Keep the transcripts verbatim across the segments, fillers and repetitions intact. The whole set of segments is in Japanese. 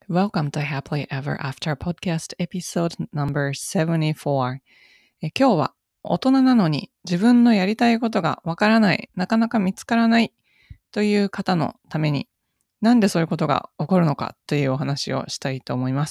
Welcome to Happily Ever After Podcast Episode ナンバーセブンティーフォー。え今日は大人なのに自分のやりたいことがわからない、なかなか見つからないという方のために、なんでそういうことが起こるのかというお話をしたいと思います。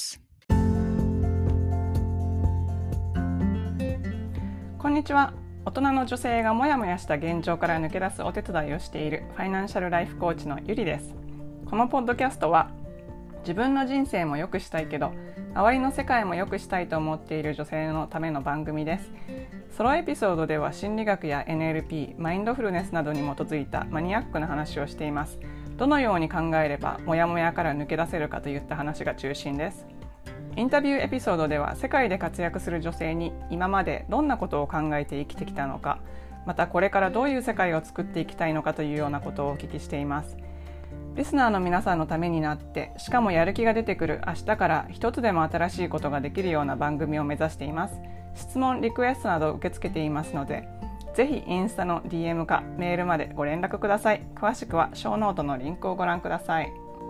こんにちは。大人の女性がモヤモヤした現状から抜け出すお手伝いをしているファイナンシャルライフコーチのゆりです。このポッドキャストは自分の人生も良くしたいけど周りの世界も良くしたいと思っている女性のための番組です。ソロエピソードでは心理学や エヌエルピー、マインドフルネスなどに基づいたマニアックな話をしています。どのように考えればモヤモヤから抜け出せるかといった話が中心です。インタビューエピソードでは世界で活躍する女性に今までどんなことを考えて生きてきたのか、またこれからどういう世界を作っていきたいのかというようなことをお聞きしています。リスナーの皆さんのためになって、しかもやる気が出てくる明日から一つでも新しいことができるような番組を目指しています。質問、リクエストなど受け付けていますので、ぜひインスタの ディーエム かメールまでご連絡ください。詳しくはショーノートのリンクをご覧ください。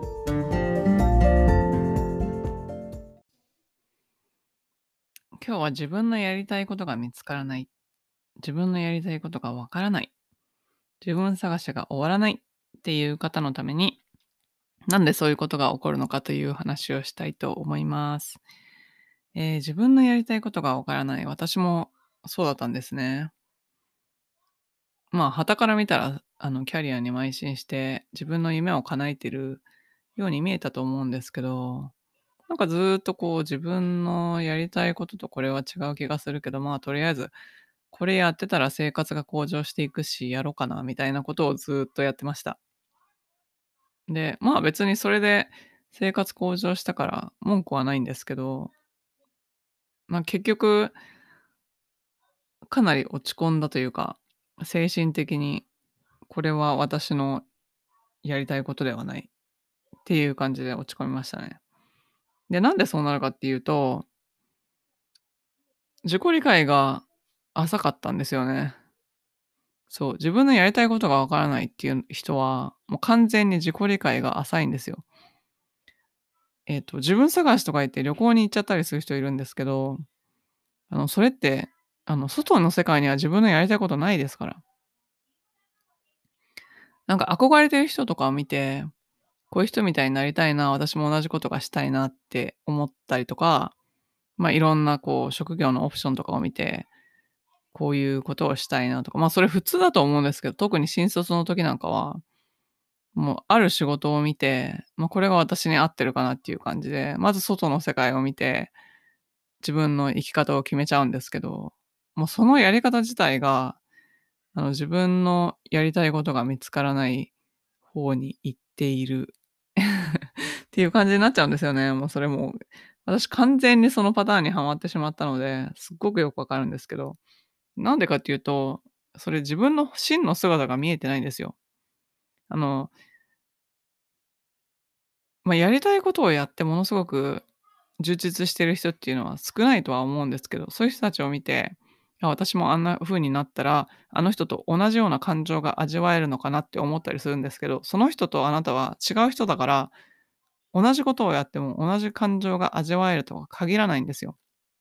今日は自分のやりたいことが見つからない、自分のやりたいことがわからない、自分探しが終わらないっていう方のために、なんでそういうことが起こるのかという話をしたいと思います。えー自分のやりたいことがわからない。私もそうだったんですね。まあ、傍から見たら、あの、キャリアに邁進して、自分の夢を叶えてるように見えたと思うんですけど、なんかずーっとこう自分のやりたいこととこれは違う気がするけど、まあとりあえずこれやってたら生活が向上していくし、やろうかなみたいなことをずーっとやってました。で、まあ別にそれで生活向上したから文句はないんですけど、まあ結局かなり落ち込んだというか、精神的にこれは私のやりたいことではないっていう感じで落ち込みましたね。で、なんでそうなるかっていうと、自己理解が浅かったんですよね。そう、自分のやりたいことがわからないっていう人は、もう完全に自己理解が浅いんですよ。えっと、自分探しとか言って旅行に行っちゃったりする人いるんですけど、あの、それって、あの、外の世界には自分のやりたいことないですから。なんか憧れてる人とかを見て、こういう人みたいになりたいな、私も同じことがしたいなって思ったりとか、まあ、いろんなこう職業のオプションとかを見て、こういうことをしたいなとか、まあ、それ普通だと思うんですけど、特に新卒の時なんかは、もうある仕事を見て、まあ、これが私に合ってるかなっていう感じで、まず外の世界を見て、自分の生き方を決めちゃうんですけど、もうそのやり方自体が、あの、自分のやりたいことが見つからない方に行っているっていう感じになっちゃうんですよね。もうそれも、私完全にそのパターンにはまってしまったので、すっごくよくわかるんですけど、なんでかっていうと、それ自分の真の姿が見えてないんですよ。あの、まあ、やりたいことをやってものすごく充実してる人っていうのは少ないとは思うんですけど、そういう人たちを見て、あ、私もあんな風になったら、あの人と同じような感情が味わえるのかなって思ったりするんですけど、その人とあなたは違う人だから、同じことをやっても同じ感情が味わえるとは限らないんですよ。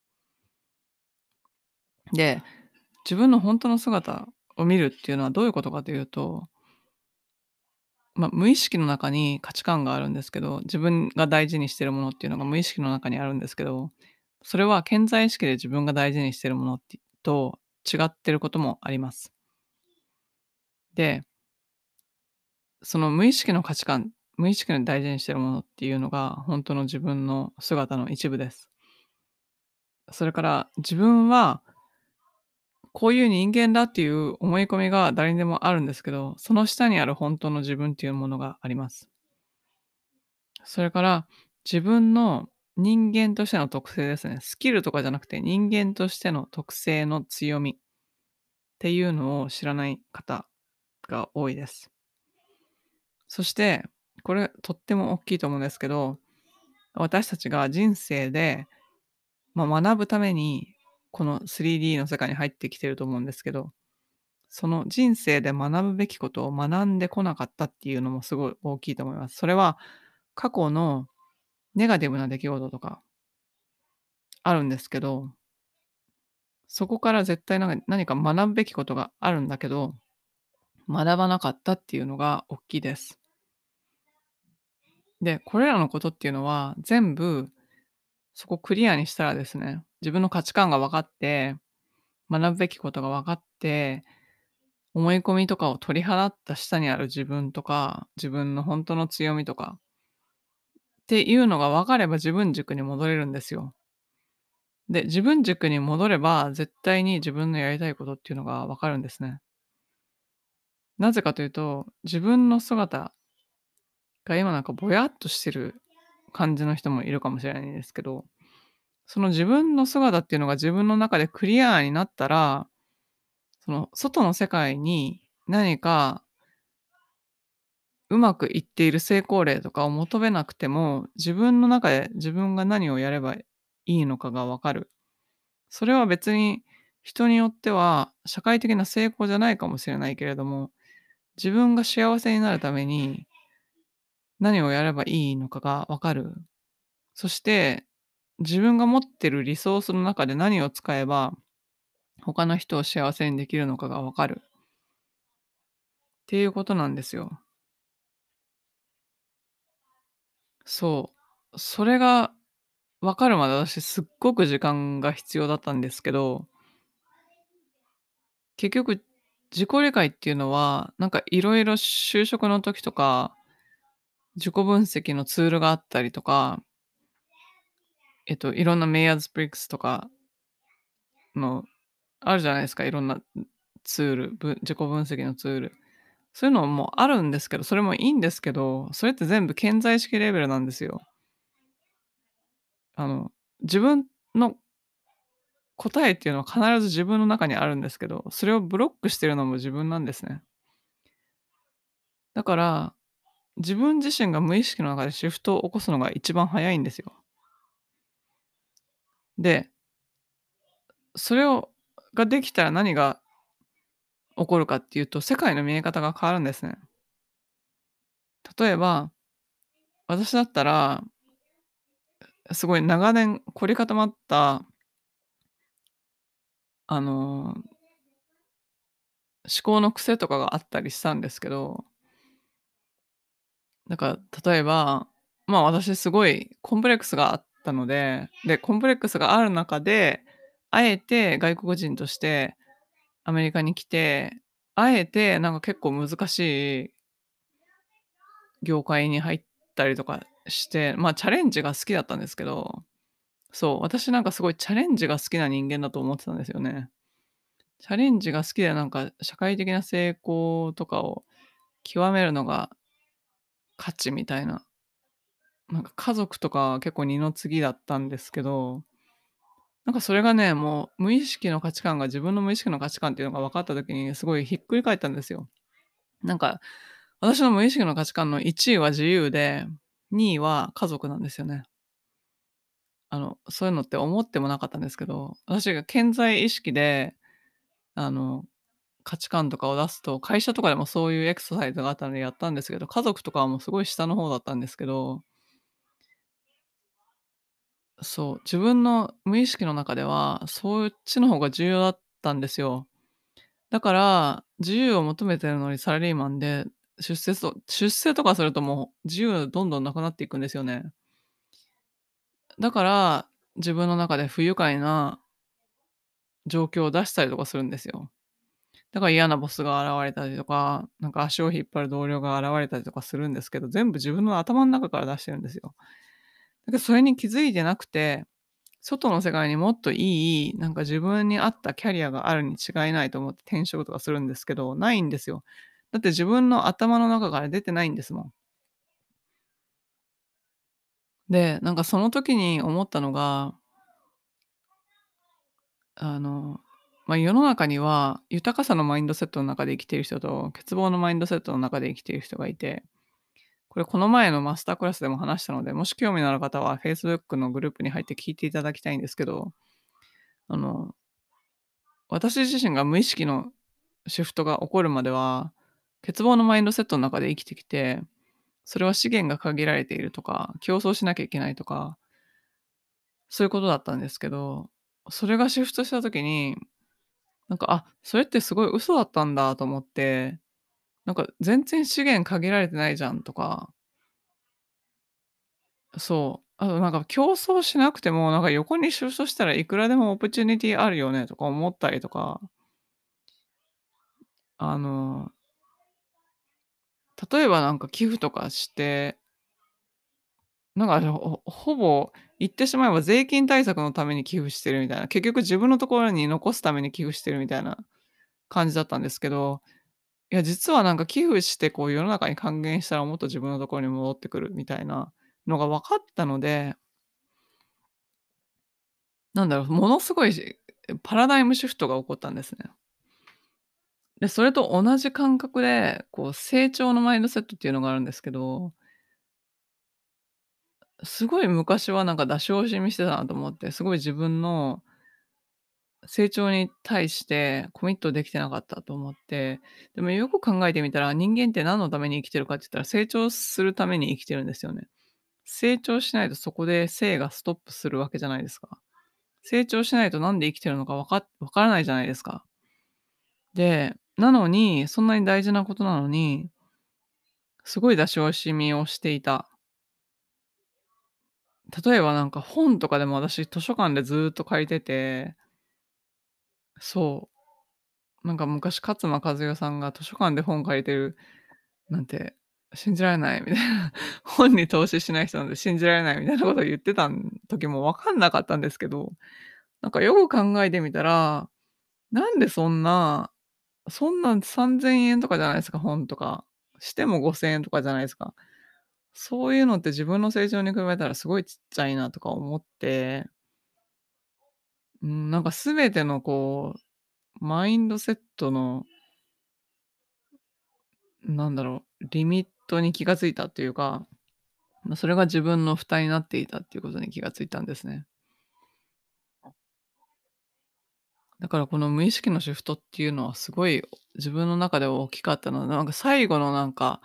で、自分の本当の姿を見るっていうのはどういうことかというと、まあ、無意識の中に価値観があるんですけど、自分が大事にしてるものっていうのが無意識の中にあるんですけど、それは潜在意識で自分が大事にしてるものってと違ってることもあります。で、その無意識の価値観、無意識で大事にしてるものっていうのが本当の自分の姿の一部です。それから自分はこういう人間だっていう思い込みが誰にでもあるんですけど、その下にある本当の自分っていうものがあります。それから、自分の人間としての特性ですね。スキルとかじゃなくて、人間としての特性の強みっていうのを知らない方が多いです。そして、これとっても大きいと思うんですけど、私たちが人生で、まあ、学ぶために、この スリーディー の世界に入ってきてると思うんですけど、その人生で学ぶべきことを学んでこなかったっていうのもすごい大きいと思います。それは過去のネガティブな出来事とかあるんですけど、そこから絶対なんか何か学ぶべきことがあるんだけど、学ばなかったっていうのがおっきいです。で、これらのことっていうのは、全部そこクリアにしたらですね、自分の価値観が分かって、学ぶべきことが分かって、思い込みとかを取り払った下にある自分とか、自分の本当の強みとかっていうのが分かれば自分軸に戻れるんですよ。で、自分軸に戻れば、絶対に自分のやりたいことっていうのが分かるんですね。なぜかというと、自分の姿が今なんかぼやっとしてる感じの人もいるかもしれないんですけど、その自分の姿っていうのが自分の中でクリアになったら、その外の世界に何かうまくいっている成功例とかを求めなくても、自分の中で自分が何をやればいいのかがわかる。それは別に人によっては社会的な成功じゃないかもしれないけれども、自分が幸せになるために何をやればいいのかがわかる。そして、自分が持ってるリソースの中で何を使えば、他の人を幸せにできるのかがわかるっていうことなんですよ。そう。それが分かるまで私すっごく時間が必要だったんですけど、結局自己理解っていうのは、なんかいろいろ就職の時とか、自己分析のツールがあったりとか、えっと、いろんなメイヤーズブリックスとかのあるじゃないですか、いろんなツール、ぶ自己分析のツール。そういうのもあるんですけど、それもいいんですけど、それって全部顕在意識レベルなんですよ。あの、自分の答えっていうのは必ず自分の中にあるんですけど、それをブロックしてるのも自分なんですね。だから、自分自身が無意識の中でシフトを起こすのが一番早いんですよ。で、それをができたら何が起こるかっていうと、世界の見え方が変わるんですね。例えば、私だったら、すごい長年凝り固まった、あの、思考の癖とかがあったりしたんですけど、なんか例えば、まあ、私すごいコンプレックスがあったので、で、コンプレックスがある中で、あえて外国人としてアメリカに来て、あえてなんか結構難しい業界に入ったりとかして、まあ、チャレンジが好きだったんですけど、そう、私なんかすごいチャレンジが好きな人間だと思ってたんですよね。チャレンジが好きでなんか社会的な成功とかを極めるのが価値みたいな、なんか家族とか結構二の次だったんですけど、なんかそれがね、もう無意識の価値観が自分の無意識の価値観っていうのが分かった時にすごいひっくり返ったんですよ。なんか、私の無意識の価値観のいちいは自由で、にいは家族なんですよね。あの、そういうのって思ってもなかったんですけど、私が潜在意識で、あの、価値観とかを出すと、会社とかでもそういうエクササイズがあったのでやったんですけど、家族とかはもうすごい下の方だったんですけど、そう、自分の無意識の中では、そっちの方が重要だったんですよ。だから、自由を求めてるのにサラリーマンで、出世と出世とかするともう自由どんどんなくなっていくんですよね。だから、自分の中で不愉快な状況を出したりとかするんですよ。だから嫌なボスが現れたりとか、なんか足を引っ張る同僚が現れたりとかするんですけど、全部自分の頭の中から出してるんですよ。だからそれに気づいてなくて、外の世界にもっといい、なんか自分に合ったキャリアがあるに違いないと思って転職とかするんですけど、ないんですよ。だって自分の頭の中から出てないんですもん。で、なんかその時に思ったのが、あの、まあ、世の中には豊かさのマインドセットの中で生きている人と、欠乏のマインドセットの中で生きている人がいて、これこの前のマスタークラスでも話したので、もし興味のある方は Facebook のグループに入って聞いていただきたいんですけど、あの、私自身が無意識のシフトが起こるまでは、欠乏のマインドセットの中で生きてきて、 それは資源が限られているとか、競争しなきゃいけないとか、そういうことだったんですけど、それがシフトした時に、なんか、あ、それってすごい嘘だったんだと思って、なんか全然資源限られてないじゃんとか、そう。あとなんか競争しなくても、なんか横にシフトしたらいくらでもオプチュニティあるよねとか思ったりとか、あの、例えばなんか寄付とかして、なんか、ほほぼ言ってしまえば税金対策のために寄付してるみたいな、結局自分のところに残すために寄付してるみたいな感じだったんですけど、いや実はなんか寄付してこう世の中に還元したらもっと自分のところに戻ってくるみたいなのが分かったので、なんだろう、ものすごいしパラダイムシフトが起こったんですね。で、それと同じ感覚で、こう成長のマインドセットっていうのがあるんですけど、すごい昔はなんか出し惜しみしてたなと思って、すごい自分の成長に対してコミットできてなかったと思って、でもよく考えてみたら、人間って何のために生きてるかって言ったら、成長するために生きてるんですよね。成長しないとそこで生がストップするわけじゃないですか。成長しないとなんで生きてるのかわかわからないじゃないですか。で、なのに、そんなに大事なことなのに、すごい出し惜しみをしていた。例えばなんか本とかでも私図書館でずっと借りてて、そう、なんか昔勝間和代さんが図書館で本借りてるなんて信じられないみたいな、本に投資しない人なんて信じられないみたいなことを言ってたん時も分かんなかったんですけど、なんかよく考えてみたら、なんでそんな、そんなんさんぜんえんとかじゃないですか、本とか。してもごせんえんとかじゃないですか。そういうのって自分の成長に比べたらすごいちっちゃいなとか思って、うん、なんか全てのこう、マインドセットの、なんだろう、リミットに気がついたっていうか、ま、それが自分の負担になっていたっていうことに気がついたんですね。だからこの無意識のシフトっていうのはすごい自分の中では大きかったので、なんか最後のなんか、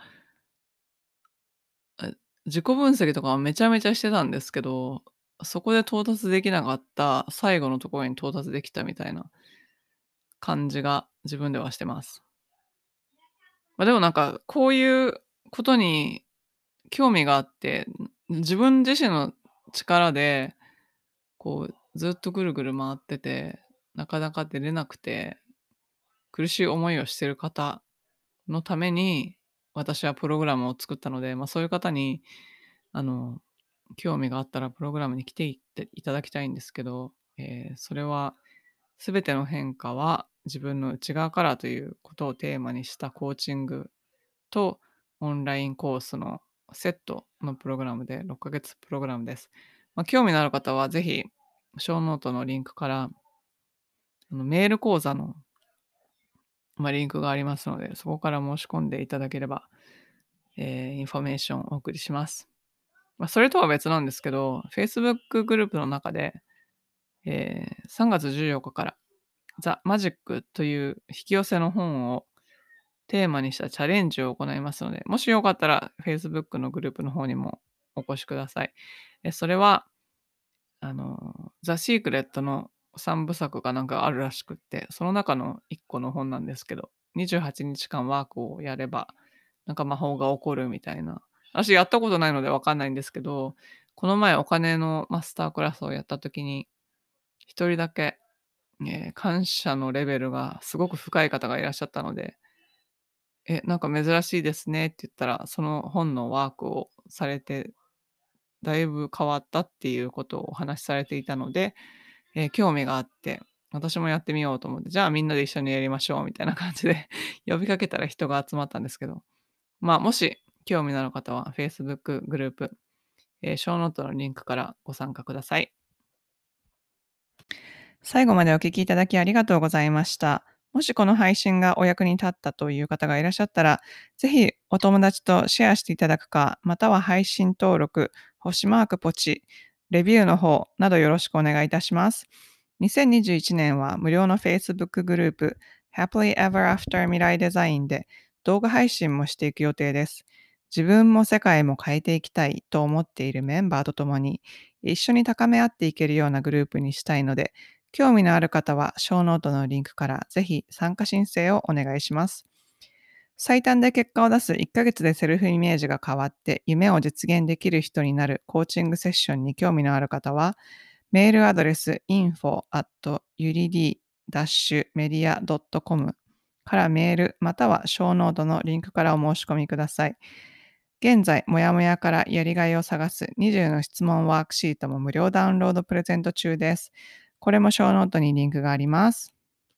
え、自己分析とかはめちゃめちゃしてたんですけど、そこで到達できなかった最後のところに到達できたみたいな感じが自分ではしてます。ま、でもなんか、こういうことに興味があって、ん自分自身の力で、こうずっとぐるぐる回ってて、なかなか出れなくて、苦しい思いをしている方のために、私はプログラムを作ったので、ま、そういう方に、あの、興味があったらプログラムに来ていっていただきたいんですけど、ええ、それは全ての変化は自分の内側からということをテーマにしたコーチングとオンラインコースのセットのプログラムでろっかげつプログラムです。まあ、興味のある方はぜひ、ショーノートのリンクから、あのメール講座の、まあ、リンクがありますので、そこから申し込んでいただければ、えーインフォメーションをお送りします。まあ、それとは別なんですけど、Facebook グループの中で、えーさんがつじゅうよっかからザ・マジックという引き寄せの本をテーマにしたチャレンジを行いますので、もしよかったら Facebook のグループの方にもお越しください。え、それは、あの、ザ・シークレットのさんぶさくがなんかあるらしくって、その中のいっこの本なんですけど、にじゅうはちにちかんワークをやれば、なんか魔法が起こるみたいな。私やったことないのでわかんないんですけど、この前お金のマスタークラスをやった時に、一人だけ、えー感謝のレベルがすごく深い方がいらっしゃったので、え、なんか珍しいですねって言ったら、その本のワークをされて、だいぶ変わったっていうことをお話しされていたので、えー興味があって、私もやってみようと思って、じゃあみんなで一緒にやりましょうみたいな感じで呼びかけたら人が集まったんですけど、まあ、もし興味のある方は Facebook グループ、えー、ショーノートのリンクからご参加ください。最後までお聞きいただきありがとうございました。もしこの配信がお役に立ったという方がいらっしゃったら、ぜひお友達とシェアしていただくか、または配信登録、星マークポチ、レビューの方などよろしくお願いいたします。にせんにじゅういちねんは無料の Facebook グループ Happily Ever After 未来デザインで動画配信もしていく予定です。 自分も世界も変えていきたいと思っているメンバーと共に、一緒に高め合っていけるようなグループにしたいので、興味のある方は、ショーノートのリンクからぜひ参加申請をお願いします。最短で結果を出すいっかげつでセルフイメージが変わって夢を実現できる人になるコーチングセッションに興味のある方は、メールアドレス インフォ アット ユリディ メディア ドット コム からメールまたはショーノートのリンクからお申し込みください。現在、もやもやからやりがいを探すにじゅうの質問ワークシートも無料ダウンロードプレゼント中です。これもショーノートにリンクがあります。